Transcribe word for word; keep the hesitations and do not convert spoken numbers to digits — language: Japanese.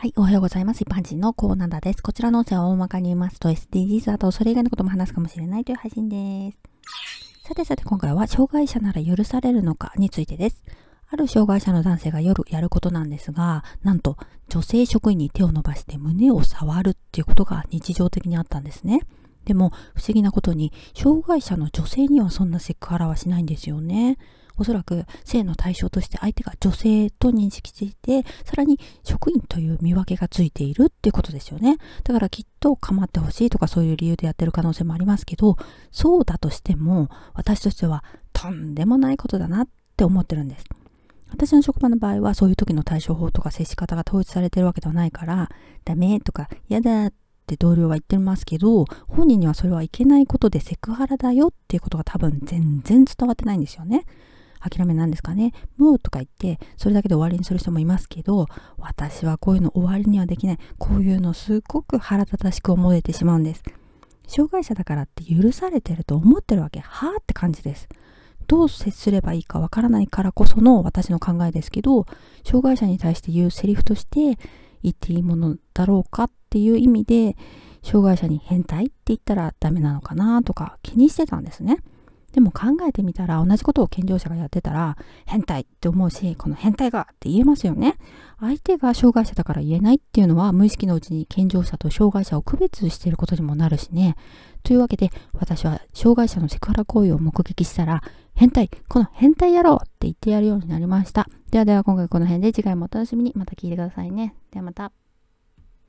はい、おはようございます。一般人のコーナーです。こちらの音声は大まかに言いますと エスディージーズ あとそれ以外のことも話すかもしれないという配信です。さてさて今回は障害者なら許されるのかについてです。ある障害者の男性が夜やることなんですが、なんと女性職員に手を伸ばして胸を触るっていうことが日常的にあったんですね。でも不思議なことに障害者の女性にはそんなセクハラはしないんですよね。おそらく性の対象として相手が女性と認識していて、さらに職員という見分けがついているっていうことですよね。だからきっと構ってほしいとかそういう理由でやってる可能性もありますけど、そうだとしても私としてはとんでもないことだなって思ってるんです。私の職場の場合はそういう時の対処法とか接し方が統一されてるわけではないから、ダメとか嫌だって同僚は言ってますけど、本人にはそれはいけないことでセクハラだよっていうことが多分全然伝わってないんですよね。諦めなんですかね。もうとか言ってそれだけで終わりにする人もいますけど、私はこういうの終わりにはできない。こういうのすごく腹立たしく思えてしまうんです。障害者だからって許されてると思ってるわけ。はぁって感じです。どう接すればいいかわからないからこその私の考えですけど、障害者に対して言うセリフとして言っていいものだろうかっていう意味で、障害者に変態って言ったらダメなのかなとか気にしてたんですね。でも考えてみたら同じことを健常者がやってたら変態って思うし、この変態がって言えますよね。相手が障害者だから言えないっていうのは無意識のうちに健常者と障害者を区別していることにもなるしね。というわけで私は障害者のセクハラ行為を目撃したら変態、この変態野郎って言ってやるようになりました。ではでは今回この辺で次回もお楽しみに。また聞いてくださいね。ではまた。